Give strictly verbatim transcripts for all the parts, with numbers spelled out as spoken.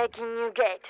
Breaking New Gate.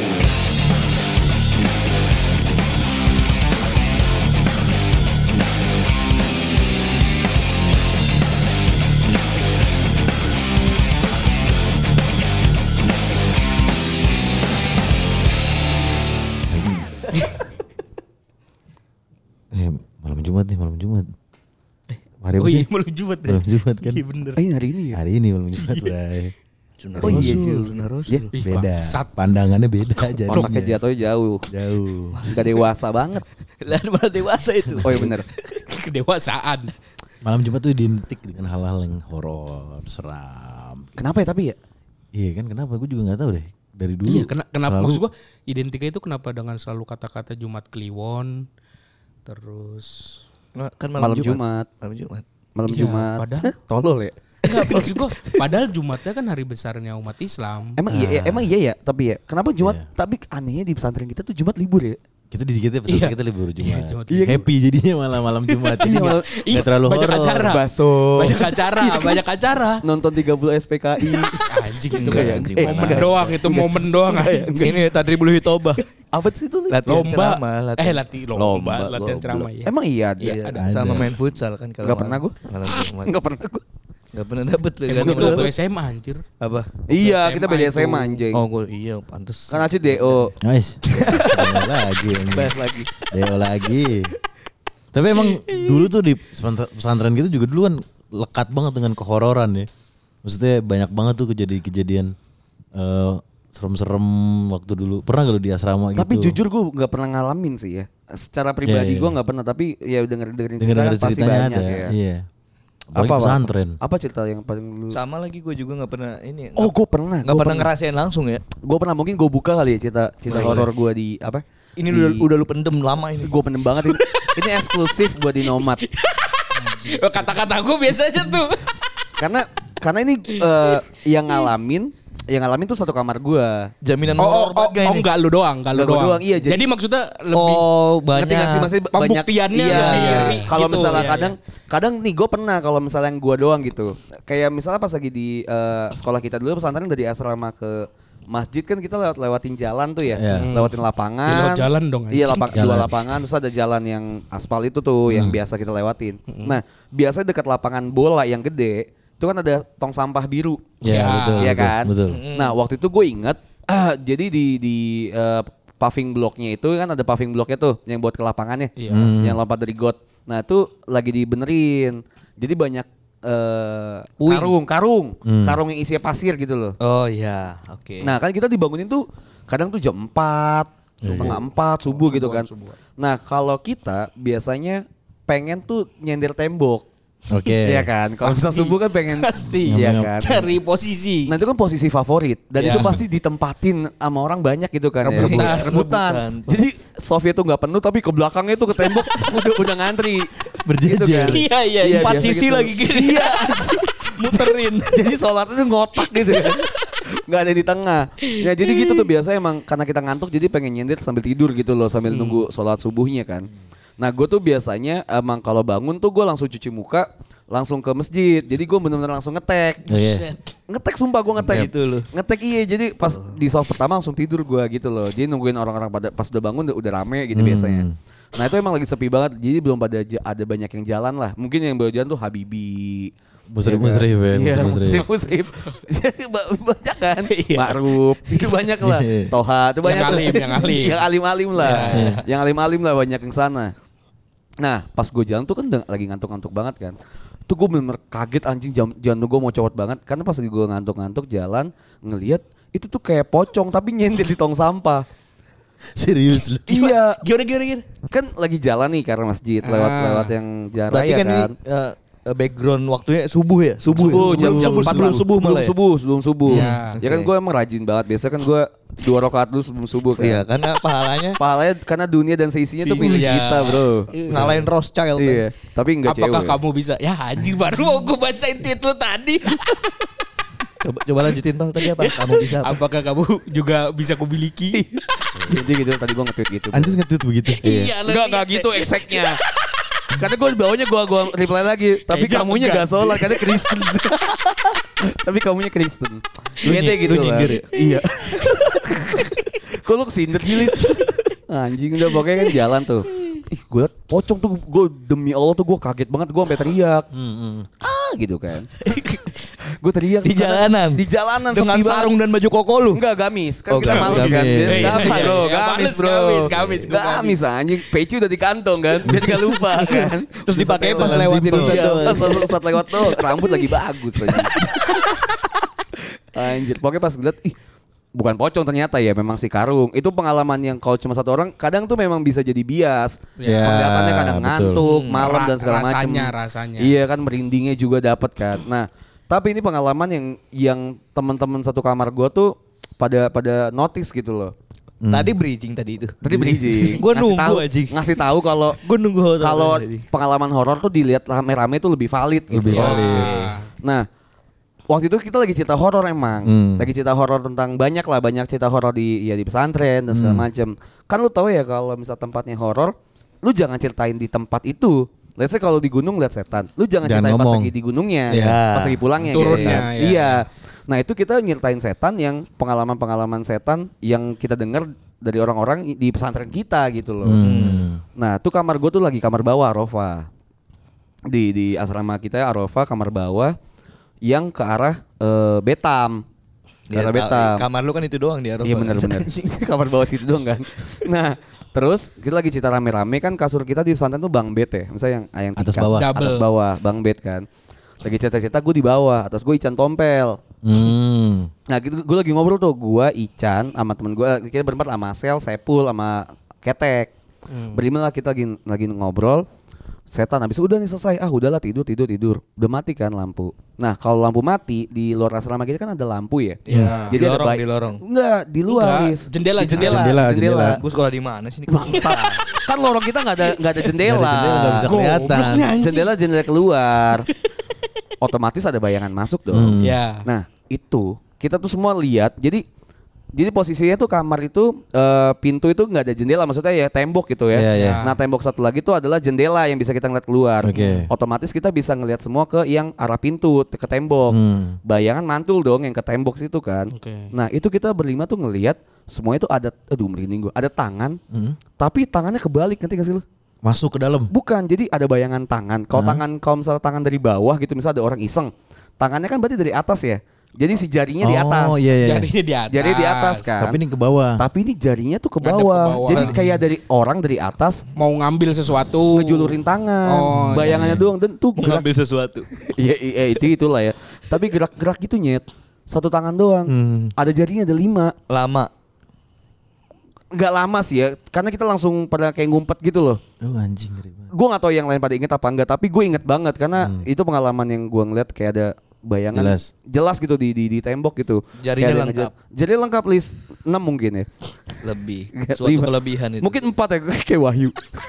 Eh, malam Jumat nih, malam Jumat. Hari Oh sih? iya malam Jumat ya. Malam Jumat kan. Iya bener. Eh hari ini ya? Hari ini malam Jumat, Bray. Sunnah Oh iya, Rasul, Jul. Sunnah Rasul. Ya, Ih, Beda. bangsat. Pandangannya beda jadinya. otaknya jatuhnya jauh. Jauh. Gak dewasa banget. Lah malah dewasa itu. Oh iya bener. Kedewasaan. Malam Jumat tuh identik dengan hal-hal yang horor, seram. Kenapa ya tapi ya? Iya kan, kenapa? Gue juga gak tahu deh. Dari dulu. Iya, kena, kenapa selalu- maksud gua identiknya itu kenapa dengan selalu kata-kata Jumat Kliwon terus Kan Malam Jumat. Malam Jumat. Malam Iya, Jumat. padahal- Tolol ya. enggak maksud gua padahal Jumatnya kan hari besarnya umat Islam. Emang iya, Ah. emang iya ya, tapi ya. Kenapa Jumat? Iya. Tapi anehnya di pesantren kita tuh Jumat libur ya. Kita di kita pesantren Iya. kita libur Jumat. Iya, Jumat libur. Happy jadinya malam malam Jumat. Jadi Iya, nggak malam- Iya, nggak terlalu banyak horor. acara. Baso. Banyak acara, banyak acara. Nonton tiga puluh S P K I. Anjing itu Enggak, kayak anjing, momen enggak. doang itu momen doang anjing. Ini tadi bulu hitobah. Apa sih itu? Latihan Lomba. ceramah, latihan. Eh lati lomba, Lomba, latihan lomba. ceramah ya. Emang iya ada. Iya, Iya, ada. sama Ada. main futsal kan kalau Nggak pernah malam- gua. malam Jumat. Enggak pernah gue. Enggak pernah dapet tuh kan. Emang itu Malam- waktu S M A anjir. apa? Iya, S M A kita beda S M A itu. anjing. Oh, gua iya pantes. Kan Acit D O. Nice. Deo lagi. anjing. Bahas lagi. Deo lagi. Tapi emang dulu tuh di pesantren- pesantren gitu juga dulu kan lekat banget dengan kehororan ya. Maksudnya banyak banget tuh kejadian-kejadian eh, serem-serem waktu dulu. Pernah gak lu di asrama gitu? Tapi jujur gue nggak pernah ngalamin sih ya. Secara pribadi Iya, iya. gue nggak pernah. Tapi ya denger dengerin cerita dengar kan pasti ceritanya banyak ada. ya. Iya. Apalagi Apa, apa? pesantren. Apa cerita yang paling lu? Sama lagi gue juga nggak pernah ini. Oh gue pernah. nggak pernah ngerasain langsung ya. Gue pernah mungkin gue buka kali ya cerita cerita Boleh, horor gue di apa? Ini udah udah lu pendem lama ini. Gue pendem banget ini. Ini eksklusif buat di Nomad. Kata-kata gue biasanya tuh. Karena karena ini eh, yang ngalamin yang ngalamin tuh satu kamar gue. Jaminan Oh, oh, horor oh, banget gak oh ini? enggak lu doang, enggak lu Enggak gua doang. doang, iya, jadi- jadi, maksudnya lebih Oh, Ngerti banyak. gak sih maksudnya banyak Pembuktiannya iya, lebih iya. ngeri Kalau gitu. misalnya Iya, kadang kadang nih gue pernah kalau misalnya yang gue doang gitu. Kayak misalnya pas lagi di eh, sekolah kita dulu pesantren dari asrama ke masjid kan kita lewat lewatin jalan tuh ya, Iya. lewatin lapangan. Ya, lewat jalan dong, Iya, anjing. lapang, Jalan. dua lapangan terus ada jalan yang aspal itu tuh yang biasa kita lewatin. Nah, biasanya dekat lapangan bola yang gede itu kan ada tong sampah biru. Iya, Ya, betul. Iya betul, kan? Betul. Nah, waktu itu gue inget ah, jadi di di eh, paving blocknya itu kan ada paving blocknya tuh yang buat ke lapangannya, Iya. Hmm. yang lompat dari got. Nah itu lagi dibenerin. Jadi banyak eh, Puing. karung, karung, Hmm. karung yang isinya pasir gitu loh. Oh iya, oke. Nah kan kita dibangunin tuh kadang tuh jam empat, setengah empat subuh gitu kan. Nah kalau kita biasanya pengen tuh nyender tembok. Oke. Iya kan? Kalau misal subuh kan pengen Pasti. Iya Ngomong- kan? Cari posisi. Nah itu kan posisi favorit dan Iya. itu pasti ditempatin sama orang banyak gitu kan ya. Rebutan. Rebutan. Rebutan. Jadi Sofia tuh nggak penuh tapi ke belakangnya tuh ke tembok udah udah ngantri. Berjejer. Gitu kan. Iya, iya, Iya, Empat biasa sisi gitu. lagi gini. Iya. Muterin. Jadi sholatnya tuh ngotak gitu kan. Nggak ada di tengah. Nah jadi gitu tuh biasa emang karena kita ngantuk jadi pengen nyender sambil tidur gitu loh sambil nunggu sholat subuhnya kan. Nah gue tuh biasanya emang kalau bangun tuh gue langsung cuci muka langsung ke masjid. Jadi gue bener-bener langsung ngetek. Oh, iya. Set. Ngetek sumpah gue ngetek Gitu loh. Ngetek iya jadi pas di soft pertama langsung tidur gue gitu loh. Jadi nungguin orang-orang pada pas udah bangun udah, udah rame gitu Hmm. biasanya. Nah itu emang lagi sepi banget. Jadi belum pada ja- ada banyak yang jalan lah. Mungkin yang baru jalan tuh Habibi. Musrif-musrif ya, Iya, musrif-musrif. musrif-musrif. Jadi ba- banyak kan. Iya. Ma'ruf itu banyak lah. Iya. Toha itu Yang banyak lah. alim, yang alim. Yang alim-alim lah. Iya. Yang alim-alim lah banyak yang sana. Nah pas gue jalan tuh kan udah lagi ngantuk-ngantuk banget kan. Tuh gue bener-bener kaget anjing jam, jantung gue mau copot banget. Karena pas lagi gue ngantuk-ngantuk jalan ngelihat itu tuh kayak pocong tapi nyender di tong sampah. Serius lu. Iya. Gimana, gimana, gimana? Kan lagi jalan nih karena masjid lewat-lewat yang jalan Berarti raya kan kan. ini eh, eh, background waktunya subuh ya? Subuh, Subuh, jam, jam subuh, empat sebelum lah. subuh sebelum malah ya? subuh, sebelum subuh. Iya, Ya kan oke. gue emang rajin banget. Biasa kan gue dua rakaat dulu sebelum subuh kan. Iya, karena pahalanya Pahalanya karena dunia dan seisinya tuh milik Seisinya. kita bro. ngalahin Rothschild. kan? Iya, tapi enggak cewek. Apakah kamu bisa? Ya anjing baru gue bacain titel tadi. Coba coba lanjutin Bang tadi apa? Kamu bisa apa? Apakah kamu juga bisa kumiliki? Jadi gitu tadi gue nge-tweet gitu. Anjis nge-tweet begitu. Iya, Enggak, enggak gitu ekseknya. Karena gue bawahnya gue gua reply lagi, tapi Kayaknya kamunya enggak. gak sholat karena Kristen. Tapi kamunya Kristen. Lu Bete nyi- gitu lu lah. nyindir ya? Iya. Kok lu kesindir sih Lis? Anjing udah pokoknya kan jalan tuh. Ih gue pocong tuh gue demi Allah tuh gue kaget banget gue sampai teriak. Hmm, ah gitu kan. Gue teriak Di jalanan. Di jalanan dengan sepi sarung banget. dan baju koko lu. Enggak gamis. Kan Oh, kita gamis. males kan. Gamis. Gamis, Iya, gamis iya, bro. iya. Gamis bro. Gamis, gamis, gua Gamis anjing. Peci udah di kantong kan. Biar gak lupa kan. Terus dipakai pas Jalan lewatin simpel. Ustadz Iya, doang. pas pas Ustadz lewat tuh rambut lagi bagus aja. Anjir, pokoknya pas ngeliat ih bukan pocong ternyata ya memang si karung. Itu pengalaman yang kalau cuma satu orang kadang tuh memang bisa jadi bias. Ya, Penglihatannya kadang betul. ngantuk, Hmm, malam ra- dan segala macam. rasanya, rasanya. Iya kan merindingnya juga dapat kan. Nah, tapi ini pengalaman yang yang teman-teman satu kamar gua tuh pada pada notice gitu loh. Tadi bridging tadi itu. Tadi bridging. Gue Ngasih nunggu tahu- anjing. Ngasih tahu kalau Gue nunggu horor kalau tadi. pengalaman horor tuh dilihat rame-rame tuh lebih valid gitu. Lebih ya. valid. Nah, waktu itu kita lagi cerita horor emang. Hmm. Lagi cerita horor tentang banyak lah, banyak cerita horor di ya di pesantren dan segala macam. Kan lu tahu ya kalau misal tempatnya horor, lu jangan ceritain di tempat itu. Let's say kalau di gunung lihat setan, lu jangan, Jangan ceritain pas ngomong. lagi di gunungnya, Iya. pas lagi pulangnya. Turunnya, gitu kan. ya. Iya. Nah itu kita nyeritain setan yang pengalaman-pengalaman setan yang kita dengar dari orang-orang i- di pesantren kita gitu loh. Hmm. Nah tuh kamar gue tuh lagi kamar bawah Arofah. Di di asrama kita Arofah kamar bawah yang ke arah eh, Betam. Ke Ya, arah ta- Betam. kamar lu kan itu doang di Arafah. Iya benar-benar. Kamar bawah situ doang kan. Nah, terus kita lagi cerita rame-rame kan kasur kita di pesantren tuh bang bed ya. Misalnya yang yang Atas tingkat. bawah. Double. Atas bawah, bang bed kan. Lagi cerita-cerita gue di bawah, atas gue Ican Tompel. Hmm. Nah, gitu, gue lagi ngobrol tuh, gue Ican sama temen gue, kita berempat sama Sel, Sepul sama Ketek. Berlima lah kita lagi lagi ngobrol. Setan habis udah nih selesai. Ah, udahlah tidur tidur tidur. Udah mati kan lampu. Nah, kalau lampu mati di luar asrama kita kan ada lampu ya. Iya. Jadi Di ada lorong, baik- di lorong. Enggak, di luar, Enggak, Lis. jendela, Di- jendela. Jendela, jendela. Gue sekolah di mana sih? Bangsat. Kan lorong kita nggak ada nggak ada jendela. Nggak ada jendela, nggak bisa kelihatan. Jendela jendela keluar. Otomatis ada bayangan masuk dong. Hmm. Ya. Nah itu kita tuh semua lihat. Jadi jadi posisinya tuh kamar itu eh, pintu itu nggak ada jendela, maksudnya ya tembok gitu ya. Iya, iya. Nah tembok satu lagi tuh adalah jendela yang bisa kita ngeliat keluar. Oke. Otomatis kita bisa ngelihat semua ke yang arah pintu ke tembok. Hmm. Bayangan mantul dong yang ke tembok situ kan. Oke. Nah itu kita berlima tuh ngelihat semua itu ada, aduh merinding gue, ada tangan, Hmm. tapi tangannya kebalik, ngerti gak sih lu? Masuk ke dalam. Bukan, jadi ada bayangan tangan. Kalau Hah? tangan, kalau misalnya tangan dari bawah gitu, misalnya ada orang iseng, tangannya kan berarti dari atas ya. Jadi si jarinya di atas. Oh iya iya. Jadinya di atas. Jari di atas kan. Tapi ini ke bawah. Tapi ini jarinya tuh ke Ngadep ke bawah. bawah. Jadi kayak dari orang dari atas Mau ngambil sesuatu. ngejulurin tangan. Oh, iya, Bayangannya doang dan tuh gerak. Ngambil sesuatu. Iya iya itu itulah ya. Tapi gerak-gerak gitu nyet. Satu tangan doang. Hmm. Ada jarinya ada lima. Lama. Nggak lama sih ya, karena kita langsung pada kayak ngumpet gitu loh. Oh anjing ngeri banget. Gue nggak tahu yang lain pada inget apa enggak, tapi gue inget banget karena itu pengalaman yang gue ngeliat kayak ada bayangan Jelas. jelas gitu di di, di tembok gitu. Jarinya Kayak ada yang lengkap. ngejar- Jarinya lengkap list enam mungkin ya. Lebih. Nggak, Suatu lima. kelebihan itu. Mungkin empat ya kayak Wahyu.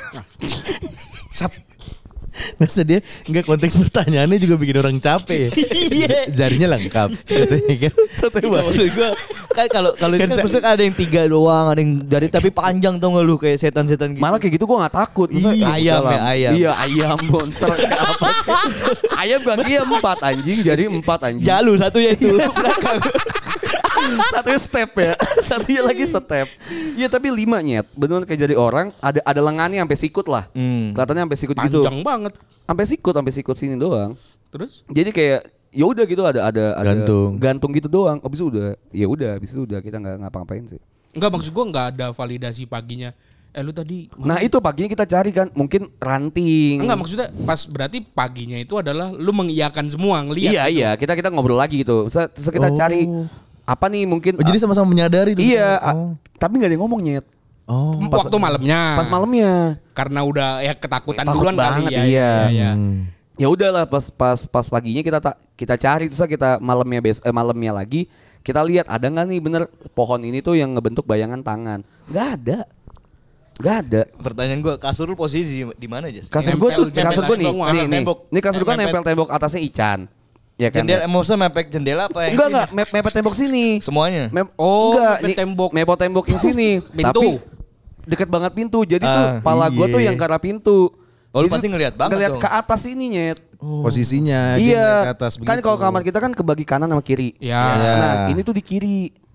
Masa dia enggak konteks pertanyaannya juga bikin orang capek ya. J- Jarinya lengkap. Katanya kan. Maksud gua kan kalau kalau Kan kan saya- maksudnya ada yang tiga doang, ada yang dari tapi panjang tau gak lu kayak setan-setan gitu. Malah kayak gitu gue nggak takut. Maksudnya Ih, kayak ayam dalam. ya, ayam. Iya ayam monster. Apa? Ayam gak iya empat anjing, jadi empat anjing. Jalu satunya itu. Satunya step ya, satunya lagi step. Iya tapi lima nyet, beneran kayak jadi orang. Ada ada lengannya sampai sikut lah. Hmm. Kelihatannya sampai sikut gitu. Panjang banget. Sampai sikut, sampai sikut sini doang. Terus? Jadi kayak ya udah gitu ada ada ada Gantung. gantung gitu doang. Habis itu udah, ya udah, habis itu udah kita nggak ngapa-ngapain sih. Enggak, maksud gua enggak ada validasi paginya. Eh lu tadi Nah itu paginya kita cari kan, mungkin ranting. enggak, maksudnya pas berarti paginya itu adalah lu mengiyakan semua ngelihat. Iya gitu. iya, kita kita ngobrol lagi gitu. Terus, terus kita Oh. cari apa nih mungkin. Oh, jadi sama-sama menyadari tuh. iya, sekarang. a- tapi nggak ada yang ngomong nyet. Oh. Oh. Waktu malamnya. Pas malamnya. Karena udah ya ketakutan Takut duluan banget, kali ya. iya. iya, iya. Hmm. Ya udahlah pas pas pas paginya kita tak kita cari terus kita malamnya bes eh, malamnya lagi kita lihat ada nggak nih bener pohon ini tuh yang ngebentuk bayangan tangan. Nggak ada. Nggak ada. Pertanyaan gua, kasur lu posisi di mana aja? Kasur Nempel gue tuh jendela kasur gue nih, semua. nih, nih, Tembok. nih kasur gue Nempel. nempel tembok atasnya Ican. Ya kan? Jendela, maksudnya mepek jendela apa yang Enggak ini? enggak, mep mepet tembok sini. Semuanya. Mep, Oh, enggak, mepet nih, tembok. Mepet tembok yang sini. Pintu. Tapi deket banget pintu. Jadi tuh Ah, pala gue tuh iya. yang ke arah pintu. Oh, lu Jadi pasti tuh ngeliat banget ngeliat dong. ke atas ini nyet. Posisinya dia Iya. ke atas Kan begitu. kalau kamar kita kan kebagi kanan sama kiri. Ya. Iya. Nah, ini tuh di kiri.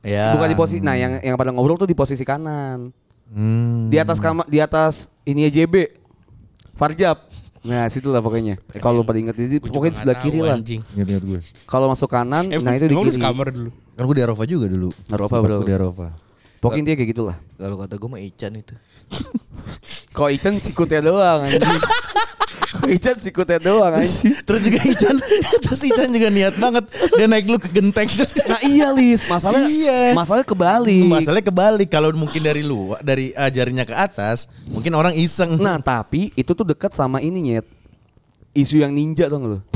Ya. Bukan di posisi. Nah, yang yang pada ngobrol tuh di posisi kanan. Hmm. Di atas kamar, di atas ini J B. Farjab. Nah, situ lah pokoknya. Eh, kalau lu pada inget jadi Gua juga pokoknya di sebelah nggak kiri tahu, lah. anjing. Ingat-ingat gue. Kalau masuk kanan, Emang, nah itu di emang lu kiri. sekamar dulu. Kan gue di Arafah juga dulu. Arafah, Tempat bro. gue di Arafah. Pokoknya dia kayak gitulah. Kalau kata gue mah Ican itu. Kok Ican sikutnya doang anjing. Kok Ican sikutnya doang anjing. Terus juga Ican, terus Ican juga niat banget dia naik lu ke genteng terus. Nah iya Lis, masalah Iya. masalah kebalik. Masalahnya kebalik kalau mungkin dari luar dari uh, jarinya ke atas, mungkin orang iseng. Nah tapi itu tuh dekat sama ini Nyet. Isu yang ninja tau gak lu?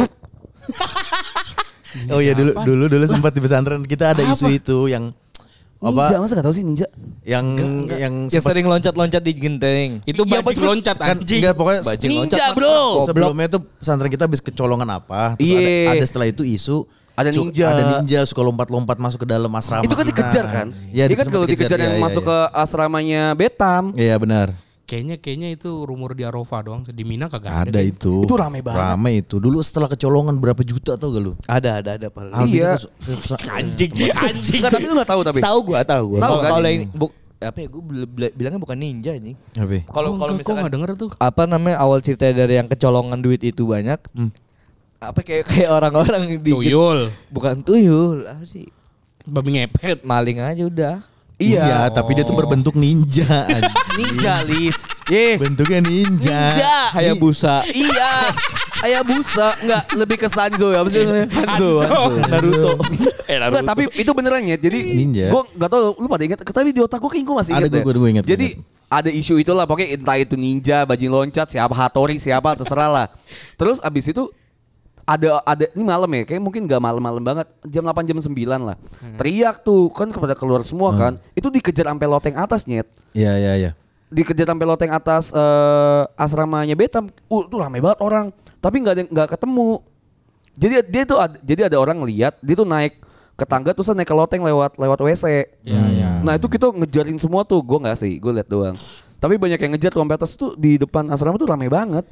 Oh iya dulu dulu dulu sempat di pesantren kita ada isu itu yang Ninja apa masa gak tau sih ninja? yang yang Yang sempat sering loncat-loncat di genteng. Itu Iya, bajing pas- loncat kan anjing. enggak pokoknya Bajing Ninja, loncat mah. bro. Goblok. sebelumnya tuh pesantren kita habis kecolongan apa terus Iya. ada, ada setelah itu isu Ada su- ninja. ada ninja suka lompat-lompat masuk ke dalam asrama Itu kan kita. dikejar kan? Iya Dia kan sempat kalau dikejar iya, yang iya, masuk iya. ke asramanya Betam. Iya benar. Kayaknya kayaknya itu rumor di Arafah doang. Di Mina kagak ada. Ada kayaknya. itu. Itu rame banget. Rame itu. Dulu setelah kecolongan berapa juta tau gak lu? Ada ada ada paling. Aldi Iya. kan ke- ke- Anjing, anjing. Enggak tapi lu gak tahu tapi. Tahu gua, tahu gua. Tahu Kalau kan? kalau ini bu- apa ya gue bilangnya bukan ninja nih. Apa? Kalau Oh, kalau enggak, kok misalkan nggak denger tuh. apa namanya awal cerita dari yang kecolongan duit itu banyak. Hmm. Apa kayak kayak orang-orang di Tuyul, bukan tuyul, apa sih? babi ngepet. Maling aja udah. Iya, tapi dia tuh berbentuk ninja. anjing. Ninja Lis. Ye. Bentuknya ninja. Ninja. Hayabusa. Iya. Hayabusa enggak lebih ke Sanzo ya. Apa sih namanya? Hanzo. Hanzo. Naruto. Eh, Enggak, tapi itu beneran ya. Jadi Ninja. gue nggak tahu lu pada ingat. Tapi di otak gue kayaknya gue masih Ada, ingat. gua- deh. gua ingat, Jadi ingat. ada isu itulah. Pokoknya entah itu ninja, bajing loncat, siapa Hattori, siapa terserah lah. Terus abis itu ada ada ini malam ya. Kayak mungkin nggak malam-malam banget. Jam delapan jam sembilan lah. Teriak tuh kan kepada keluar semua kan. Itu dikejar sampai loteng atas Nyet. Iya, iya, iya. Dikejar sampai loteng atas eh, asramanya Betam. Uh, tuh rame banget orang. Tapi nggak ada nggak ketemu. Jadi dia tuh ada, jadi ada orang ngeliat dia tuh naik ke tangga terus naik ke loteng lewat lewat W C. Iya, iya. Nah itu kita ngejarin semua tuh. Gue nggak sih, gue liat doang. Tapi banyak yang ngejar tuh sampai atas tuh di depan asrama tuh rame banget.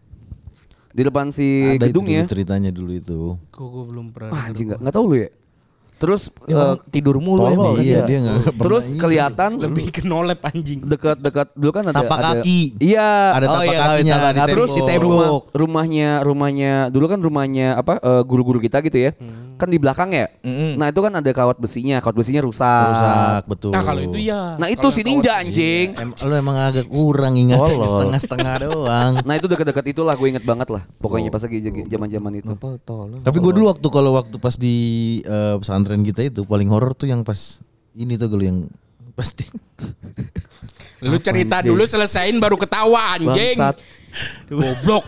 Di depan si Ada itu gedungnya. dulu ceritanya dulu itu. Kok gue belum pernah. Wah denger anjing gua. nggak nggak tahu lu ya. Terus Ya, orang eh, tidur mulu tolol emang. kan Iya, dia. dia nggak pernah terus ini. kelihatan Lebih ke nolep anjing. dekat-dekat dulu kan ada Tapak ada- kaki. Iya. Ada Oh, tapak iya, kakinya tapak di kaki. Terus di tembok. rumah, rumahnya rumahnya dulu kan rumahnya apa eh, guru-guru kita gitu ya. Kan di belakang ya. Mm-mm. Nah, itu kan ada kawat besinya, kawat besinya rusak. Rusak, betul. Nah kalau itu ya. Nah, itu Kalau si yang ninja kawat- anjing. Em, lu emang agak kurang ingat Tolol. setengah-setengah doang. Nah, itu dekat-dekat itulah gue inget banget lah. Pokoknya pas lagi zaman-zaman itu. Apa tolong? Tapi gue dulu waktu kalau waktu pas di eh, pesantren kita itu paling horor tuh yang pas ini tuh gue yang pasti. Lu cerita anjing? dulu selesain baru ketawa anjing. Bangsat. Goblok.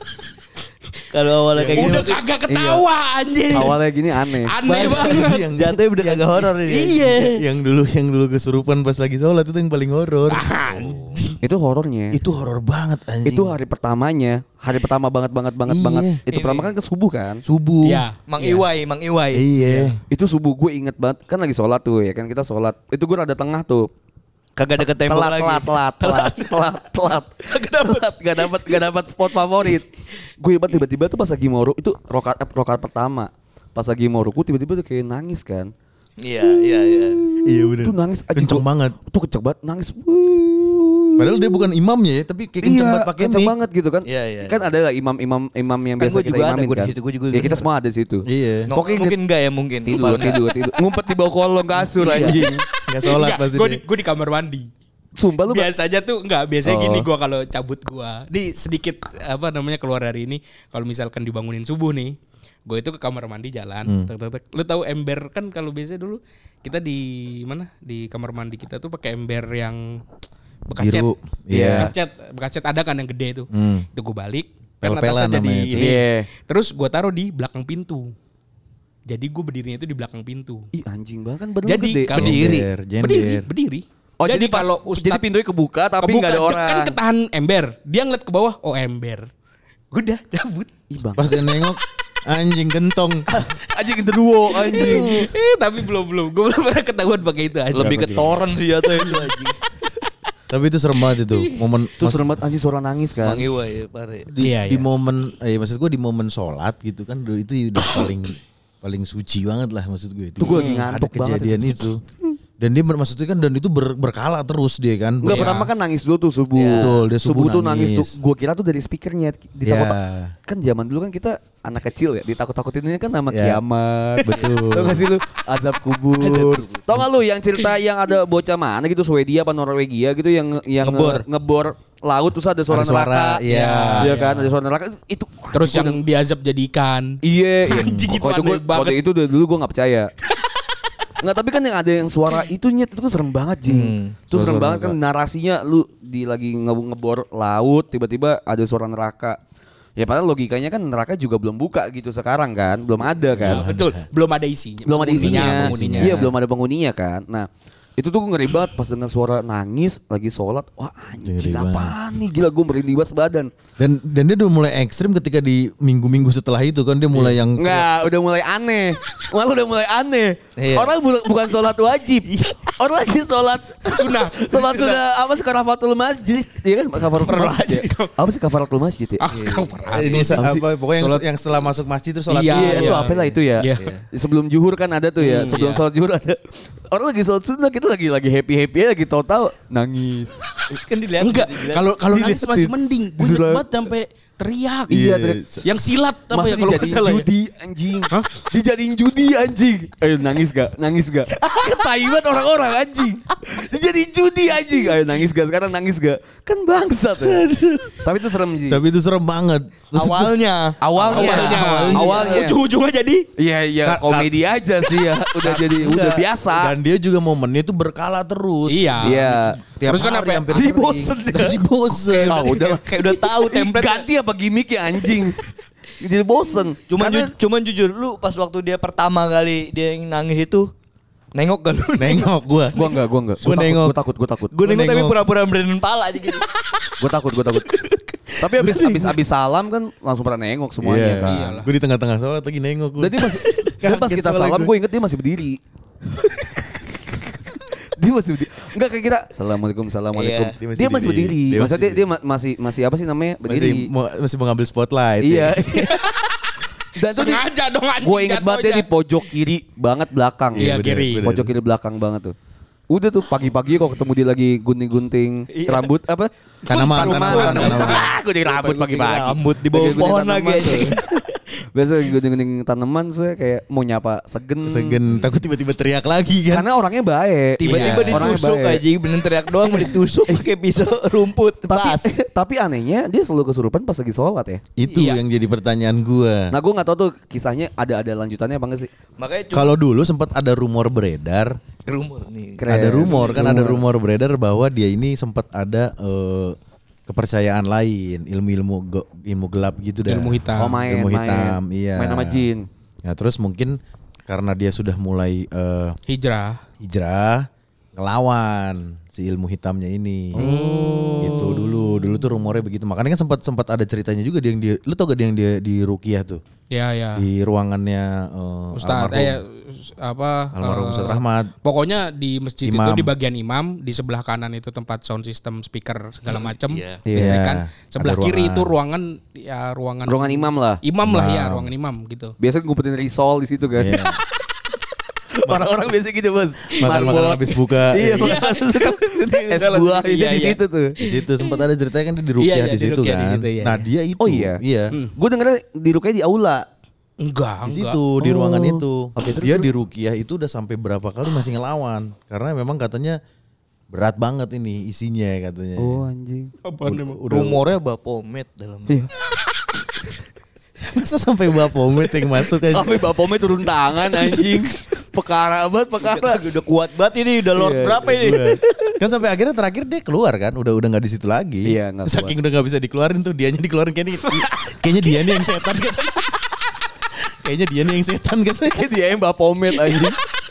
Kalau awalnya kayak gini Udah kagak ketawa anjing. Awalnya gini aneh. Aneh banget. yang jatuhnya udah kagak horor ini. Iya. yang dulu yang dulu kesurupan pas lagi sholat itu yang paling horor. Anjing. Itu horornya. Itu horor banget anjing. Itu hari pertamanya, hari pertama banget banget banget Iya. banget. Itu Ini. pertama kan ke subuh kan. subuh. Iya. Mang Iya. Iwai, Mang Iwai. Iya. Itu subuh gue inget banget kan lagi sholat tuh ya kan kita sholat. Itu gue rada tengah tuh. Kagak deket tembok telat, lagi. telat, telat, telat, telat, telat, gak dapat, gak dapat, gak dapat spot favorit. Gue hebat tiba-tiba tuh pas lagi mau ru- itu rokat eh, rokat pertama, pas lagi mau ruku tiba-tiba tuh kayak nangis kan. Iya, iya, iya. Iya benar. Itu nangis, anjing, Kenceng gua- banget. Tuh kenceng banget, nangis. Padahal dia bukan imamnya ya, tapi kayak kenceng Iya, banget pakai kenceng mic. banget gitu kan. Iya, iya. Kan ada lah imam-imam imam yang Kan biasa gua kita juga ada, imamin gua di kan. situ, gua juga Ya kita denger. semua ada di situ. Iya. Nggak, Pokoknya mungkin enggak ya mungkin. Tidur, Lupa. tidur, tidur. Ngumpet di bawah kolong kasur anjing. Enggak sholat pasti. Gue dia. di, gua di kamar mandi. Sumpah lu Biasa aja tuh enggak, biasanya Oh. gini gua kalau cabut gua. Di sedikit apa namanya keluar hari ini kalau misalkan dibangunin subuh nih, gue itu ke kamar mandi jalan. Hmm. Tek, tek, tek. Lu tahu ember kan kalau biasa dulu kita di mana? Di kamar mandi kita tuh pakai ember yang bekas cat. Biru. Iya. Bekas cat, bekas cat ada kan yang gede tuh. Hmm. Itu gue balik, kan Pel-pelan atasnya jadi namanya itu. ini. Iya. Terus gue taruh di belakang pintu. Jadi gue berdirinya itu di belakang pintu. Ih anjing banget kan badan lu Jadi gede. kalau Berdiri. berdiri, Jender. berdiri. Oh jadi, jadi, pas- kalau jadi Ustadz pintunya kebuka tapi kebuka, nggak ada orang. kan ketahan ember. Dia ngeliat ke bawah, oh ember. Udah cabut. Ih bang. Pas dia nengok anjing gentong. Anjing genderuwo anjing. eh tapi belum belum. Gue belum pernah ketahuan pakai itu aja. Lebih ke toren sih jatuh itu anjing. Tapi itu serem banget itu. Momen Terus serem banget anjing suara nangis kan. Mang Iwai pare. di, Iya, di iya. momen eh maksud gue di momen sholat gitu kan itu udah paling paling suci banget lah maksud gue itu. Tuh gue lagi ada ngantuk banget kejadian itu. Dan dia ber- maksudnya kan dan itu ber- berkala terus dia kan. Enggak, Iya. pertama kan nangis dulu tuh subuh. Iya. Betul, dia subuh tuh nangis nangis. tuh. Gue kira tuh dari speakernya ditakut. Iya. Kan zaman dulu kan kita anak kecil ya, ditakut-takutinnya kan sama Iya. kiamat. Betul. Tau gak sih lu azab kubur. Tau gak lu yang cerita yang ada bocah mana gitu Swedia apa Norwegia gitu yang yang Ngebor. nge- ngebor laut terus ada suara Ada suara, neraka. iya. Iya kan, ada suara neraka itu. Terus yang diazab jadi ikan. Iya, Anjing, itu Waktu aneh gua- banget. waktu itu dulu gue gak percaya. Nggak, tapi kan yang ada yang suara itu nyet itu kan serem banget Jing. Hmm, Itu serem suara banget kan narasinya lu di lagi nge- ngebor laut tiba-tiba ada suara neraka. Ya padahal logikanya kan neraka juga belum buka gitu sekarang kan, belum ada kan. Ya, betul, belum ada isinya. Belum ada isinya. penghuninya. Iya, belum ada penghuninya kan. Nah, itu tuh gue ngeri banget pas dengar suara nangis lagi sholat. Wah anjing Ngeri apaan nih, gila gue merinding banget sebadan. Dan dan dia udah mulai ekstrim ketika di minggu-minggu setelah itu kan dia mulai yang Enggak, udah mulai aneh. Malah udah mulai aneh. Iya. Orang bu- bukan sholat wajib. Orang lagi sholat Sunnah. Sholat sudah apa sih kafaratul masjid? Iya kan kafaratul masjid. ya? Apa sih kafaratul masjid ya? Ah, cover ini sa- Apa sih? apa pokoknya yang, Sholat- yang setelah masuk masjid terus sholat Iya, Iya, itu iya. apa lah itu ya? Iya. Sebelum zuhur kan ada tuh ya. Hmm, Sebelum iya. sholat zuhur ada. Orang lagi sholat sunnah kita lagi lagi happy happy lagi tahu-tahu nangis. Kan dilihat. Enggak, kalau kalau nangis masih mending. Bunyet Sudah- banget sampai teriak. Iya, Iya, teriak. Yang silat apa Masa ya kalau nggak dijadiin salah ya? judi anjing. Dijadiin judi anjing. Ayo nangis gak? Nangis gak? Ketaibat orang-orang anjing. Dijadiin judi anjing. Ayo nangis gak? Sekarang nangis gak? Kan bangsat ya. Tapi itu serem sih. Tapi itu serem banget. Terus- Awalnya. Awalnya, Awalnya. awalnya. Ujung-ujungnya jadi Iya iya Ka- komedi aja sih ya. Udah jadi udah Enggak. biasa. Dan dia juga momennya itu berkala terus. Iya. Iya. Tiap Terus kan hari apa ya? hampir Jadi sering. bosen dia. Jadi bosen. Ah udah Kayak udah tahu template. ganti apa gimmick ya anjing. Jadi bosen. Cuman Karena- ju- cuman jujur lu pas waktu dia pertama kali dia yang nangis itu nengok kan lu? Nengok gua. gua enggak, gua enggak. Gua nengok. Gua takut, gua takut. Gue nengok tapi nengok. pura-pura berendam pala aja gitu. Gue takut, gue takut. Tapi abis abis abis salam kan langsung pada nengok semuanya Iya. kan. Gue di tengah-tengah sholat lagi nengok gua. Dan dia masih, dan pas Kaget kita soalnya salam gue. gue inget dia masih berdiri. Dia masih berdiri. Enggak kayak kita. Assalamualaikum, assalamualaikum. Iya, dia masih dia masih berdiri. berdiri. Dia Maksudnya masih dia, dia ma- masih masih apa sih namanya masih berdiri. mau- masih mengambil spotlight. Iya. ya. Dan tuh dia- sengaja dong anjing. gue inget banget dia di jatuhnya. pojok kiri banget belakang. Iya, bener, kiri. bener. Pojok kiri belakang banget tuh. Udah tuh pagi-pagi kok ketemu dia lagi gunting-gunting rambut apa? Tanaman, tanaman, tanaman. Ah, gunting rambut pagi-pagi. Rambut di bawah Lagi gunting pohon lagi tanaman aja. tuh. Biasa lagi gunting-gunting tanaman saya kayak mau nyapa segen. Segen takut tiba-tiba teriak lagi kan. Karena orangnya baik. Tiba-tiba Iya. Orangnya ditusuk baik. aja, bener teriak doang mau ditusuk pakai pisau rumput Tapi pas. tapi anehnya dia selalu kesurupan pas lagi sholat ya. Itu Iya. yang jadi pertanyaan gua. Nah gue nggak tahu tuh kisahnya ada ada lanjutannya apa enggak sih? Makanya cuma Kalau dulu sempat ada rumor beredar, rumor nih. Keren. ada rumor kan ada rumor beredar bahwa dia ini sempat ada eh, kepercayaan lain, ilmu-ilmu go- ilmu gelap gitu dah. Ilmu hitam. Oh main, Ilmu main. hitam, iya. Main sama jin. Nah, terus mungkin karena dia sudah mulai eh, Hijrah. hijrah ngelawan si ilmu hitamnya ini. Gitu dulu, dulu tuh rumornya begitu. Makanya kan sempat sempat ada ceritanya juga dia yang dia, lu tau gak dia yang dia di Ruqyah tuh Ya ya. di ruangannya eh, Ustaz almarhum, eh apa almarhum eh, Ustaz Rahmat. Pokoknya di masjid Imam. itu di bagian imam, di sebelah kanan itu tempat sound system, speaker segala macam, Iya. listrikan. Iya. Sebelah Ada kiri ruangan. itu ruangan ya ruangan Ruangan imam lah. Imam lah ya, Imam. ruangan imam gitu. Biasanya ngumpetin risol di situ kan. Iya. Orang-orang biasa gitu bos. Makan-makan Marbot. habis buka. Iya, makan es buah itu Iya, di iya. situ tuh. Di situ sempat ada ceritanya kan dia di Ruqyah Iya, iya, di di situ Ruqyah di kan. situ, iya. Nah, dia itu Oh iya. iya. Gue dengernya di Ruqyah di aula. Enggak, Di enggak. situ di ruangan Oh. itu. Oke, terus, dia terus. di Ruqyah itu udah sampai berapa kali masih ngelawan karena memang katanya berat banget ini isinya katanya. Oh anjing. Apaan emang? Udah Rumornya Bapomet dalam. Iya. masa sampai Bapomet yang masuk aja. Sampai bapomnya turun tangan anjing. Pekara banget, pekara. Udah kuat banget ini, udah Lord Iya. berapa ini? Kan sampai akhirnya terakhir dia keluar kan, udah udah nggak di situ lagi. Iya, nggak Saking udah nggak bisa dikeluarin tuh, dianya dikeluarin kayaknya kayaknya dia nih yang setan katanya. Kayaknya dia nih yang setan katanya. Kayak dia yang bapomet anjing.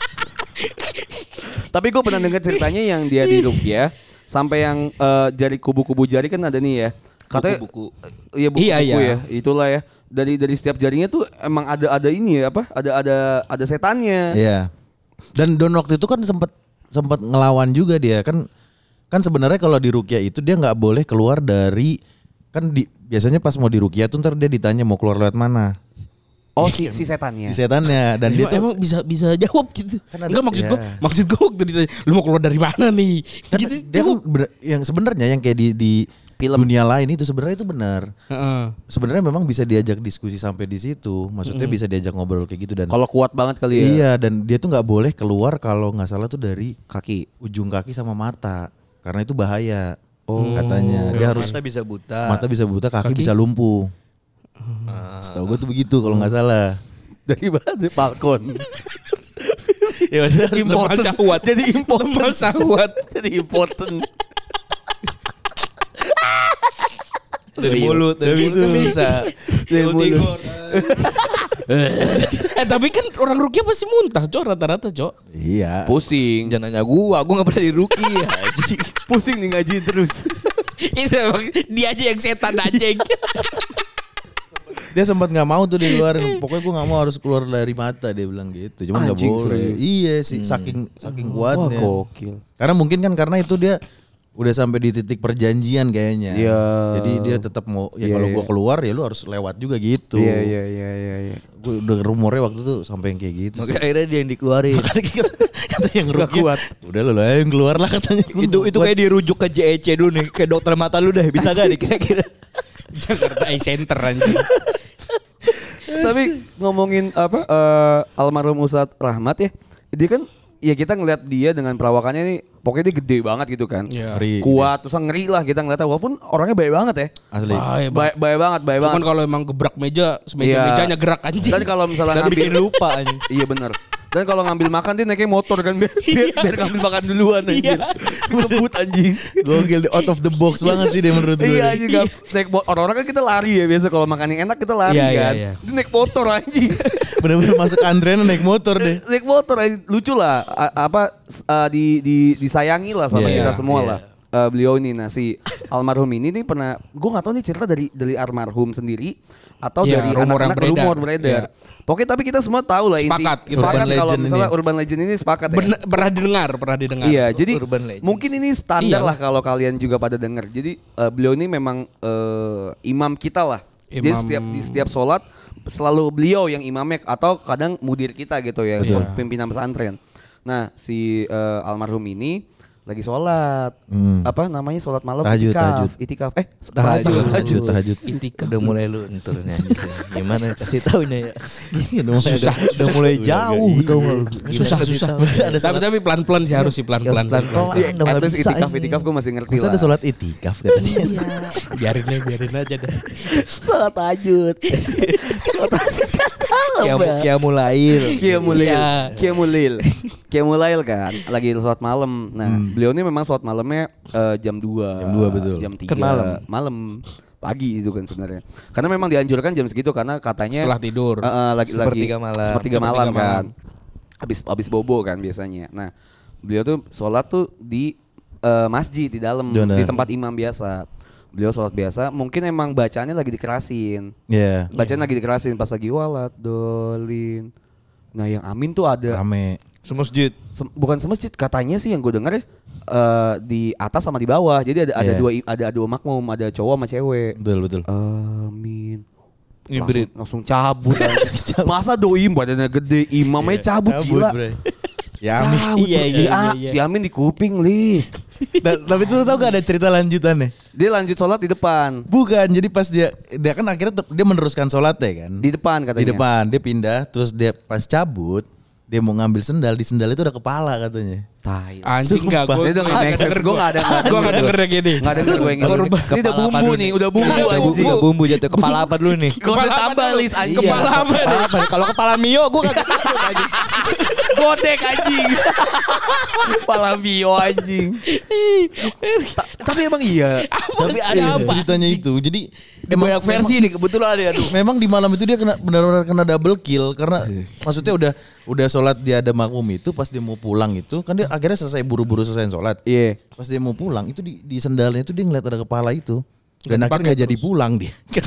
Tapi gue pernah dengar ceritanya yang dia di Ruqyah sampai yang eh, jari kubu-kubu jari kan ada nih ya. Katanya Buku-buku. Iya buku-buku Iya, iya. ya. Itulah ya. Dari dari setiap jarinya tuh emang ada ada ini ya apa? Ada ada ada setannya. Iya. Dan Don waktu itu kan sempat sempat ngelawan juga dia kan kan sebenarnya kalau di Ruqyah itu dia nggak boleh keluar dari kan di, biasanya pas mau di Ruqyah tuh ntar dia ditanya mau keluar lewat mana. Oh si si setannya. Si setannya dan dia emang, tuh emang bisa bisa jawab gitu. Kan ada- Enggak maksud ya. gua, maksud gua waktu ditanya, lu mau keluar dari mana nih? kan gitu. dia kan bener- yang sebenarnya yang kayak di di Film. dunia lain itu sebenarnya itu benar. Heeh. Sebenarnya memang bisa diajak diskusi sampai di situ. Maksudnya bisa diajak ngobrol kayak gitu dan Kalau kuat banget kali ya. iya dan dia tuh nggak boleh keluar kalau nggak salah tuh dari Kaki. ujung kaki sama mata karena itu bahaya. Oh. Katanya dia harus Mata bisa buta. mata bisa buta, kaki, Kaki? bisa lumpuh. Setahu gue tuh begitu kalau nggak salah. Dari mana? Dari Falcon. Ya udah. Lemah syahwat. Jadi important. Lemah syahwat. Jadi important. Dari mulut, dari mulut bisa. Dari mulut. Eh tapi kan orang Rukia pasti muntah, Cok, rata-rata, Cok. Iya. Pusing. Jangan nanya gua, gua gak pernah di Ruki ya. Pusing nih ngaji terus. Itu emang dia aja yang setan anjing. Dia sempat nggak mau tuh dikeluarin. Pokoknya gue nggak mau harus keluar dari mata dia bilang gitu. Cuman nggak Anjing, boleh. serius? Iya sih saking saking kuatnya. Wah, gokil. Karena mungkin kan karena itu dia udah sampai di titik perjanjian kayaknya. Iya. Jadi dia tetap mau ya Iya, kalau iya. gua keluar ya lu harus lewat juga gitu. Iya iya iya iya iya. Gue udah rumornya waktu itu sampai yang kayak gitu. Makanya akhirnya dia yang dikeluarin. kata, kata yang Nggak rugi. kuat. Udah lu lah yang keluar lah katanya. itu itu kayak dirujuk ke J E C dulu nih, kayak dokter mata lu deh, bisa gak nih kira-kira? Jakarta Eye Center anjing. Tapi ngomongin apa eh, almarhum Ustadz Rahmat ya, dia kan ya kita ngeliat dia dengan perawakannya nih, pokoknya dia gede banget gitu kan, Iya. Ngeri, kuat, terus ngeri lah kita ngeliatnya, walaupun orangnya baik banget ya, Asli. Bahaya, Bang. baik baik banget, baik Cuman banget. kalau emang gebrak meja, Iya. semeja-mejanya gerak anjing. Dan kalau misalnya Dan ngambil bikin lupa anjing. iya benar. Dan kalau ngambil makan dia naiknya motor kan biar, biar, biar ngambil makan duluan anjir. Ngebut anjing. Gokil out of the box banget sih dia menurut gue. Iya anjing nggak- naik mo- orang-orang kan kita lari ya biasa kalau makan yang enak kita lari Iya, iya, kan. iya. Dia naik motor anjing. Bener-bener masuk antrean naik motor deh. Naik motor anjing. Lucu lah A- apa s- uh, di, di disayangi lah sama Iya, kita iya, semua iya. lah. Uh, beliau ini nah si almarhum ini nih pernah gue nggak tahu nih cerita dari dari almarhum sendiri atau Iya, dari rumor yang anak-anak beredar. rumor beredar. Pokoknya tapi kita semua tahu lah Sepakat, inti gitu. sepakat Urban kalau legend misalnya ini. urban legend ini sepakat ya. Bener- pernah didengar, pernah didengar. Iya, jadi Urban legends. mungkin ini standar Iya. lah kalau kalian juga pada dengar. Jadi eh, beliau ini memang eh, imam kita lah. Jadi Imam- setiap di setiap sholat selalu beliau yang imamnya atau kadang mudir kita gitu ya, Betul. pimpinan pesantren. Nah si eh, almarhum ini lagi sholat, Hmm. apa namanya sholat malam Tahajud, itikaf, tahajud. itikaf, eh Tahajud, tahajud, tahajud. Intikaf. Udah mulai lu turunnya. Gimana kasih taunya ya? Susah. Udah mulai jauh tau gak lu. Susah susah. Tapi tapi pelan-pelan sih harus sih pelan-pelan. sih. Pelan-pelan. Iya, Udah at mulai least bisa itikaf ini. itikaf gue masih ngerti Masa lah. ada sholat itikaf katanya. Biarin aja, biarin aja dah. sholat tahajud. Kiamu kiamulail. Qiyamulail. Iya. Qiyamulail. Qiyamulail kan lagi sholat malam. Nah, beliau ini memang sholat malamnya eh, jam dua. Jam dua, betul. Jam tiga Kan malam. Malam. Pagi itu kan sebenarnya. Karena memang dianjurkan jam segitu karena katanya Setelah tidur. Eh, eh, lagi Sepertiga lagi malam. Sepertiga Sepertiga malam kan. malam. Habis habis bobo kan biasanya. Nah, beliau tuh sholat tuh di eh, masjid di dalam Benar. di tempat imam biasa. Beliau sholat biasa, mungkin emang bacaannya lagi dikerasin. Iya. Bacaan lagi dikerasin pas lagi walat dolin. Nah yang amin tuh ada Rame. Semasjid. sem- bukan semesjid katanya sih yang gue denger ya eh, di atas sama di bawah. Jadi ada ada Iya. dua i- ada dua makmum, ada cowok sama cewek. Betul, betul. Amin. Langsung, Ngibrit. langsung cabut. anjing. Masa doi badannya gede, imamnya cabut, gila. Bro. Ya amin. Cabut. Iya, bro. iya, Di- iya, ah, iya. Di amin di kuping, Lis. Da- tapi tuh lu tau gak ada cerita lanjutannya? Dia lanjut sholat di depan. Bukan, jadi pas dia dia kan akhirnya tetep- dia meneruskan sholatnya kan. Di depan katanya. Di depan, dia pindah, terus dia pas cabut, dia mau ngambil sendal, di sendal itu ada kepala katanya. Tai. Anjing enggak Sumpah. gue. Ini udah nggak make sense. Gue nggak ada. nggak Gue enggak denger ya gini. Nggak denger gue yang ini. Korban. Ini udah bumbu nih, udah bumbu Kepala anjing. bumbu. Juga bumbu jatuh. Kepala apa dulu nih? Gak usah Kepala tambah apa Lis dulu? anjing. Kepala apa? Kepala apa nih? Kalau kepala Mio gue kagak tahu anjing. Godek anjing. Kepala Mio anjing. Ta- Tapi emang iya. Tapi ada Ada apa? ceritanya itu. Jadi Emang banyak versi nih kebetulan ada aduh. memang di malam itu dia kena benar-benar kena double kill karena maksudnya udah udah sholat dia ada makmum itu pas dia mau pulang itu kan dia akhirnya selesai buru-buru selesai sholat. Iya. Pas dia mau pulang itu di, di sendalnya itu dia ngeliat ada kepala itu dan Nggak akhirnya dipakai nggak jadi pulang dia. Terus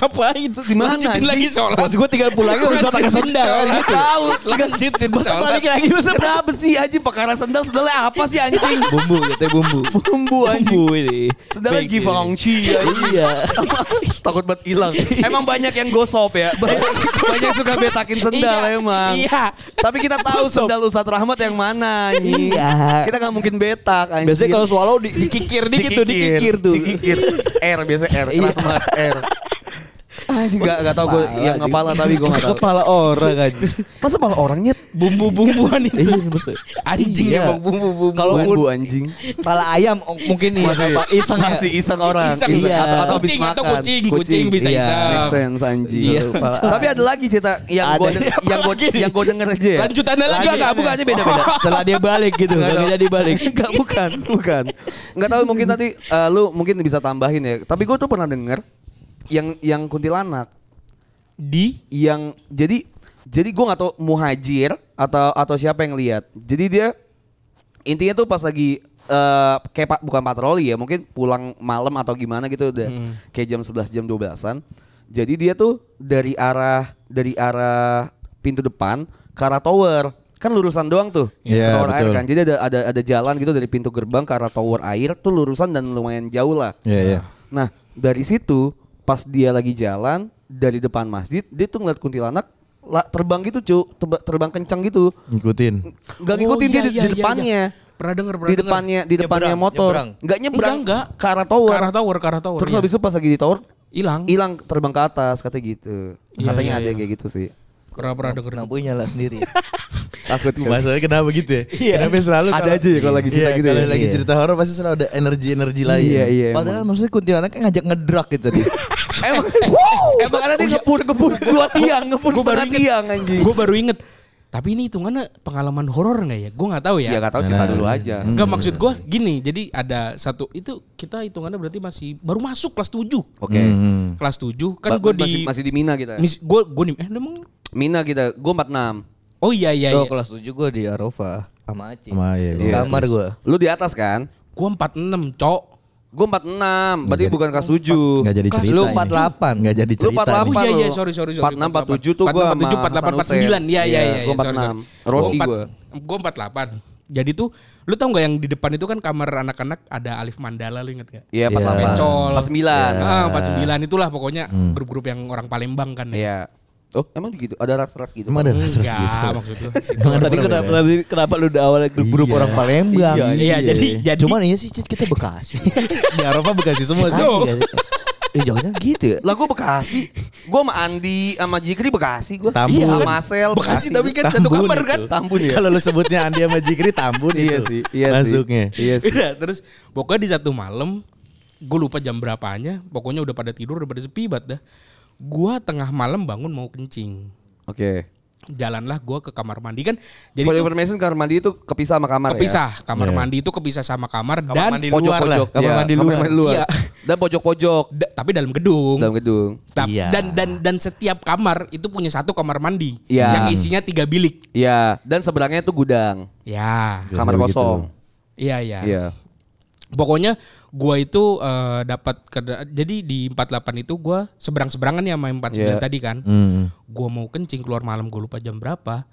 ngapain? Di mana, Lanjutin anjing? lagi sholat. Maksud gue tinggal pulangnya usah pakai sendal kan gitu. Tahu, lanjutin Usah sholat. balik lagi usah Kenapa sih anjing perkara sendal sendalnya apa sih anjing? bumbu gitu bumbu. Bumbu anjing. Bumbu ini. Sendalnya Givenchy anjing. Iya. Takut banget hilang. Emang banyak yang gosop ya. Banyak, banyak yang suka betakin sendal Iya, emang. Iya. Tapi kita tahu sendal Ustadz Rahmat yang mana anjing. Iya. Kita gak mungkin betak anjing. Biasanya kalau swallow di, dikikir dikit tuh dikikir tuh. Dikikir. R biasa R. Iya. Rahmat R. Anjing gak, gak tau gue yang kepala tapi gue gak tau. Kepala orang kan. Masa kepala orangnya Bumbu-bumbuan itu. Iya, maksud- Anjing Iya. emang bumbu-bumbuan. Kalau bumbu anjing. Kepala ayam oh, mungkin nih Masih apa iseng ya. Masih iseng orang. Iseng. Iya. Atau, atau habis Kucing makan. atau kucing, kucing bisa Iya. iseng. Make sense anjing. Iya. Tapi ada lagi cerita yang Ada gue yang yang gue yang gue denger aja ya. Lanjutannya lagi. Enggak, enggak, bukannya beda-beda. Setelah dia balik gitu, Nggak enggak tahu. jadi balik. Enggak, bukan, bukan. Enggak tahu mungkin nanti eh, lu mungkin bisa tambahin ya. Tapi gue tuh pernah denger yang yang kuntilanak Di yang jadi jadi gue nggak tahu muhajir atau atau siapa yang lihat. Jadi dia intinya tuh pas lagi eh, kayak pa- bukan patroli ya, mungkin pulang malam atau gimana gitu udah kayak jam sebelas jam dua belasan. Jadi dia tuh dari arah dari arah pintu depan ke arah tower. Kan lurusan doang tuh. Iya, Tower air betul. kan. Jadi ada ada ada jalan gitu dari pintu gerbang ke arah tower air tuh lurusan dan lumayan jauh lah. Iya, iya. Nah, dari situ pas dia lagi jalan dari depan masjid, dia tuh ngeliat kuntilanak la- terbang gitu, cu, Terba- terbang kencang gitu. Ngikutin. Enggak ngikutin Oh, dia iya, di, iya, di iya, depannya. pernah denger, pernah Di denger. depannya, di depannya Nyebrang, motor. nyebrang. Enggak nyebrang. Enggak, enggak. Ke arah tower. Ke arah tower, ke arah tower. Terus iya. habis itu pas lagi di tower hilang. hilang terbang ke atas katanya gitu. Iya, Katanya iya, ada iya. kayak gitu sih. Pernah pernah denger. Lampunya nyala sendiri. Takut kan? Masalahnya kenapa gitu ya? Iya. Kenapa selalu Ada kalau- aja ya kalau lagi cerita Iya, gitu kalau ya? lagi Iya. cerita horor pasti selalu ada energi-energi lain. Iya, iya. Padahal emang. maksudnya kuntilanaknya ngajak ngedrak gitu tadi. Emang, emang ada dia ngepur-ngepur dua tiang, ngepur Gua baru setengah inget. tiang anjing. Gue baru inget. Tapi ini hitungannya pengalaman horor nggak ya? Gue nggak tahu ya. Ya gak tahu cerita Nah. dulu aja. Enggak, maksud gue gini. Jadi ada satu itu kita hitungannya berarti masih baru masuk kelas tujuh. Oke. Hmm. Kelas tujuh kan Ba- gue masih, di masih di Mina kita. mis, gue gue nih eh emang Mina kita, gue empat puluh enam. oh iya iya Oh, iya. kelas tujuh gue di Arafah sama Aceh. Sama, iya, Di iya. kamar gue. Lu di atas kan? Gue empat puluh enam, cok. Gue empat puluh enam, berarti jadi- bukan kelas tujuh. Nggak jadi Kelas cerita. lu ini. empat puluh delapan. Nggak jadi Lu cerita. empat puluh delapan. ini. Oh iya iya lu. sorry sorry sorry. empat puluh enam, empat puluh tujuh tuh gue sama empat puluh tujuh, empat puluh delapan, empat puluh sembilan. Iya iya iya. Gue empat puluh enam. Rossi gue. Gue empat puluh delapan. Jadi tuh lu tau gak yang di depan itu kan kamar anak-anak ada Alif Mandala, lu inget gak? Iya empat puluh delapan. Pencol. empat puluh sembilan. Ah, empat puluh sembilan itulah pokoknya grup-grup yang orang Palembang kan. ya. Iya. Oh emang gitu? Ada ras-ras gitu? Emang ada ras-ras Enggak, gitu. maksud lu. Emang ada Tadi kenapa, perbedaan? tadi kenapa lu udah awalnya grup Iya. orang Palembang? Iya, Iya, jadi jadi Cuman iya sih Cid, kita Bekasi. Di Arafah Bekasi semua sih. So. Eh jauhnya gitu ya. Lah gue Bekasi. Gue sama Andi sama Jikri Bekasi gue. Tambun. Iya sama Marcel Bekasi tapi kan satu Tambun kamar itu. kan. Tambun ya. Kalau lu sebutnya Andi sama Jikri Tambun Iya itu. sih. Iya Masuknya. sih. Iya sih. Udah, terus pokoknya di satu malam gue lupa jam berapanya, pokoknya udah pada tidur, udah pada sepi banget dah. Gue tengah malam bangun mau kencing. Oke. Jalanlah gue ke kamar mandi kan. Jadi For tuh information kamar mandi itu kepisah sama kamar kepisah, ya? kamar Iya. mandi itu kepisah sama kamar, Kamar dan mandi luar lah. Pojok-pojok. Kamar Iya, mandi kamar luar. mandi luar. Iya. Dan pojok-pojok da- tapi dalam gedung. dalam gedung. Ta- Iya. Dan dan dan setiap kamar itu punya satu kamar mandi Iya. yang isinya tiga bilik. Iya. Dan seberangnya itu gudang. Ya, Biasanya Kamar begitu. kosong. iya iya. Iya. Pokoknya gua itu eh, dapat ke- jadi di empat puluh delapan itu gua seberang-seberangan ya sama yang empat puluh sembilan Iya. tadi kan. Hmm. Gua mau kencing keluar malam, gue lupa jam berapa.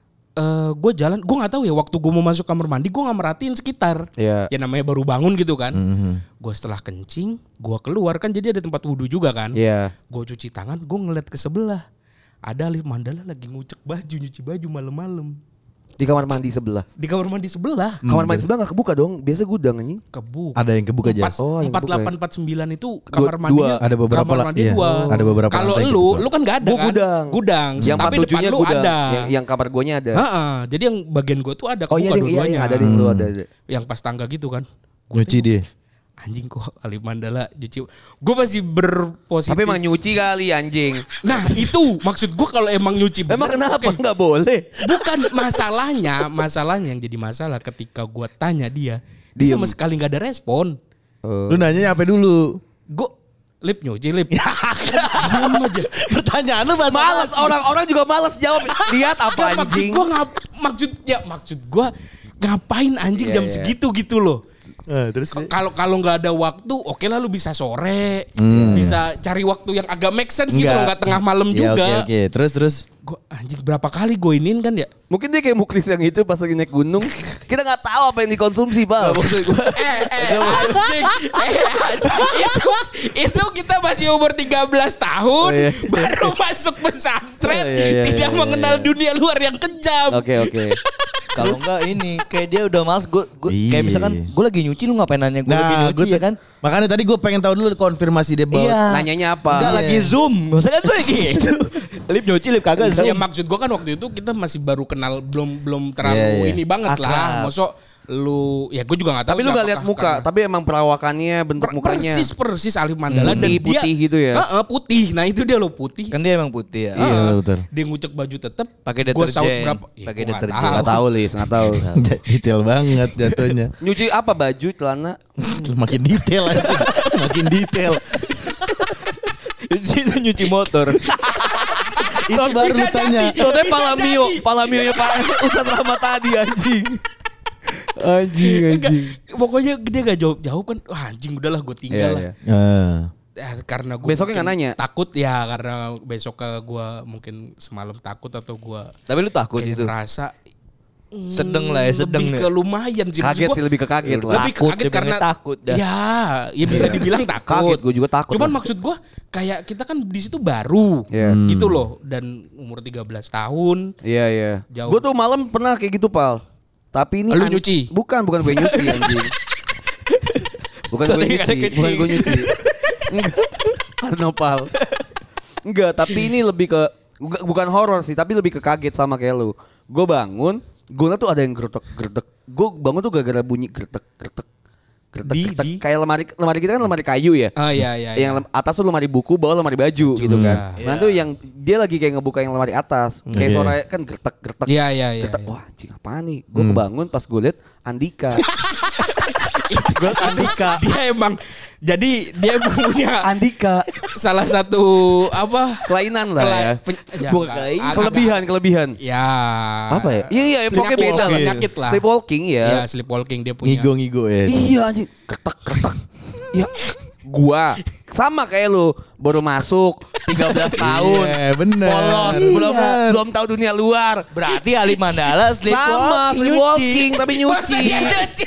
Eh gue jalan, gue nggak tahu ya waktu gue mau masuk kamar mandi gue nggak merhatiin sekitar. Iya. Ya namanya baru bangun gitu kan. Mhm. Gue setelah kencing, gue keluar kan jadi ada tempat wudhu juga kan. Iya. Gue cuci tangan, gue ngeliat ke sebelah. Ada Alif Mandala lagi ngucek baju, nyuci baju malam-malam. Di kamar mandi sebelah. Di kamar mandi sebelah. Kamar mandi sebelah gak kebuka dong. Biasa gudang anjing. Kebuka. Ada yang kebuka aja. Empat, Oh, yang empat kebuka delapan ya. empat sembilan itu kamar Dua- mandinya. dua. Ada beberapa kamar lah, mandi iya. dua. Ada beberapa Kalau lantai lu, kebuka. lu kan nggak ada Gua kan? gudang. Gudang. Yang Tapi empat depan tujuhnya lu gudang. ada. Yang, yang kamar guanya ada. Ha-ha, jadi yang bagian gue tuh ada Oh kebuka iya, iya, iya, dua-duanya. ada di lu ada. ada. Yang pas tangga gitu kan. Nyuci dia. Anjing kok Alif Mandala cuci. Gue masih berpositif. Tapi emang nyuci kali anjing. Nah itu maksud gue kalau emang nyuci. Emang bener, kenapa oke. nggak boleh? Bukan masalahnya, masalahnya yang jadi masalah ketika gue tanya dia, dia Diem. sama sekali nggak ada respon. Oh. Lu nanya apa dulu? Gue lip nyuci lip. Diam aja. Pertanyaan lu bahasa Malas orang-orang juga malas jawab. Lihat apa Nggak, maksud anjing? gue ngap, maksud ya maksud gue ngapain anjing Iya, jam iya. segitu gitu loh. Eh, terus K- Kalau kalau nggak ada waktu, oke lah lu bisa sore, Hmm. bisa cari waktu yang agak make sense gitu Enggak. loh, nggak tengah malam ya, juga. Oke oke. Terus terus. Gua anjing berapa kali gue inin kan ya? Mungkin dia kayak Muklis yang itu pas lagi naik gunung. Kita nggak tahu apa yang dikonsumsi, Pak. Maksud gua. eh eh anjing, eh anjing. itu itu kita masih umur tiga belas tahun, Oh, iya. baru masuk pesantren, Oh, iya, iya, tidak iya, mengenal iya. dunia luar yang kejam. Oke oke. Kalau enggak ini kayak dia udah males gue kayak Iya. misalkan gue lagi nyuci lu ngapain nanya gue lagi Nah, nyuci gue ya kan? makanya tadi gue pengen tahu dulu konfirmasi dia bahwa Iya. Nanyanya apa? Enggak Iya. lagi zoom. Maksudnya tuh kayak gitu. Lip nyuci lip kagak Ya zoom. maksud gua kan waktu itu kita masih baru kenal, belum belum terlalu Iya, iya. ini banget lah. Akrab. Mosok lu, ya gue juga nggak tahu. Tapi lu sih gak lihat apakah muka, karena- tapi emang perawakannya, bentuk Per- mukanya. persis persis Alif Mandala Hmm. dan Putih, dia putih gitu ya? Heeh, putih. Nah itu dia lo putih. Kan dia emang putih ya. Iya, Heeh. betul. Dia ngucek baju tetep. Pakai Gua saut deterjen. berapa? Ya, Pakai gua nggak deterjen. tahu. Nggak tahu Lis, nggak tahu. detail banget jatuhnya. Nyuci apa baju, celana? Makin detail aja. Makin detail. Nyuci nyuci motor. Itu baru Bisa tanya. jadi. Soalnya Bisa Palamio, jadi. Palamio-nya Pak Ustadz Rahmat tadi anjing. Anjing, Enggak, pokoknya dia gak jawab-jawab kan. Wah anjing udahlah gue tinggal lah. Ah. Ya, karena gue Besoknya nggak nanya? takut ya, karena besok ke gue mungkin semalam takut atau gue Tapi lu takut kayak itu. ngerasa Sedeng lah ya, sedeng lebih ya. ke lumayan sih. Maksud Kaget gua, sih, lebih ke kaget lah. lebih ke Takut, kaget dia karena bilangnya takut dah. ya ya bisa dibilang takut. Kaget, gue juga takut. Cuman lah. maksud gue kayak kita kan di situ baru Iya. gitu loh, dan umur tiga belas tahun. Iya iya. Jauh. Gue tuh malam pernah kayak gitu Pal. Tapi ini Lu an- nyuci? Bukan, bukan gue nyuci anjing. Bukan gue Soalnya nyuci, ada kencing. bukan gue nyuci. Enggak. Karena Pal. Enggak, tapi ini lebih ke buka- bukan horor sih, tapi lebih ke kaget sama kayak lu. Gue bangun, gue tuh ada yang geretek geretek. Gue bangun tuh gara-gara bunyi geretek geretek. Geretek, Di- geretek. di- Kayak lemari lemari kita kan lemari kayu ya. Ah iya iya. Yang lem- atas tuh lemari buku, bawah lemari baju gitu kan. Iya. Nah tuh yang dia lagi kayak ngebuka yang lemari atas, kayak Iya. suara kan gertek gertek. Iya iya iya. Gertek. iya. Wah anjing apaan nih? Gue kebangun pas gue liat Andika. Gue Andika. Dia emang jadi dia punya Andika. salah satu apa? Kelainan lah Kela- ya. pen- ya, Bukan enggak, kelainan. agak- Kelebihan kelebihan. Ya. Apa ya? Iya iya pokoknya Penyakit beda lah, lah. penyakit lah. Sleepwalking ya. Iya, sleepwalking dia punya. Ngigo-ngigo ya. Iya anjing. Gertek gertek. Ya gua sama kayak lu baru masuk tiga belas tahun. Iya, bener. Polos, Iya. belum belum tahu dunia luar. Berarti Ali Mandala Sama sleepwalking, sleepwalking tapi Masa nyuci. dia nyuci?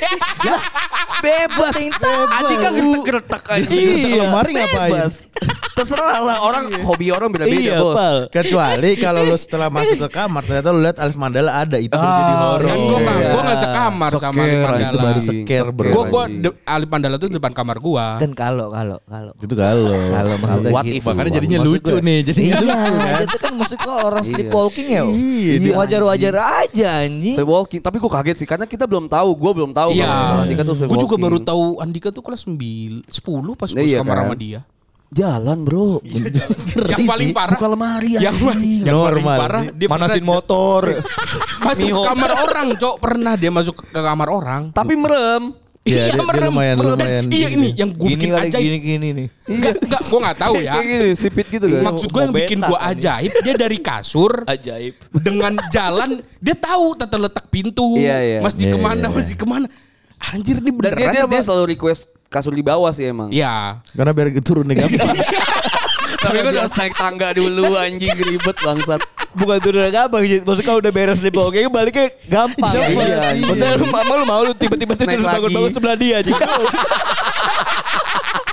Bebas. Andika gertek-gertek aja. Iya. Lemari ngapain? Bebas. Terserah lah orang hobi orang beda-beda Iya, bos. Pal. Kecuali kalau lu setelah masuk ke kamar ternyata lu lihat Alif Mandala ada, itu baru jadi horor. Kan gue gak, Iya. gua gak sekamar sama Seker, Alif Mandala. itu baru seker, bro. Gue gua de- Alif Mandala tuh di depan kamar gua. Kan kalau kalau kalau Itu kalau. kalau maksudnya What gitu. if? Makanya jadinya Maksud lucu gue- nih, jadinya Iya, lucu kan. itu kan maksud kalau orang Iya. sleepwalking ya. Iya, Iya, dia wajar-wajar aja anjing. Sleepwalking, tapi gue kaget sih karena kita belum tahu, gue belum tahu Iya. kalau misalnya Andika tuh Gue juga sleepwalking. baru tahu Andika tuh kelas sembilan, sepuluh pas gue Iya sekamar kan? sama dia. Jalan bro. Yang paling parah. Buka lemari Yang, anjing. yang paling Normal parah sih. dia Manasin pernah motor. masuk ke kamar orang, Cok. Pernah dia masuk ke kamar orang. Tapi merem. Iya, dia- dia merem. lumayan- Merem. lumayan Iya gini ini dia. yang gue Gini bikin kali ajaib. gini-gini nih. Enggak, enggak, gue gak tahu ya. Kayak gini, sipit gitu kan. Maksud gue yang Mau bikin beta gue kan ini. ajaib, dia dari kasur Ajaib. dengan jalan, dia tahu tata letak pintu, Iya, iya. mesti Iya, kemana, iya, iya. mesti kemana. Anjir ini Dan beneran dia, dia, apa? dia selalu request kasur di bawah sih emang. Iya. Karena biar turunnya gampang. Tapi kan harus naik tangga dulu anjing ribet bangsat. Bukan tuh udah gampang sih. Maksudnya kalau udah beres sleepwalking baliknya gampang. Iya, Iya. iya. Maksudnya lu mau lu mau lu tiba-tiba tidur Naik bangun-bangun lagi. sebelah dia aja.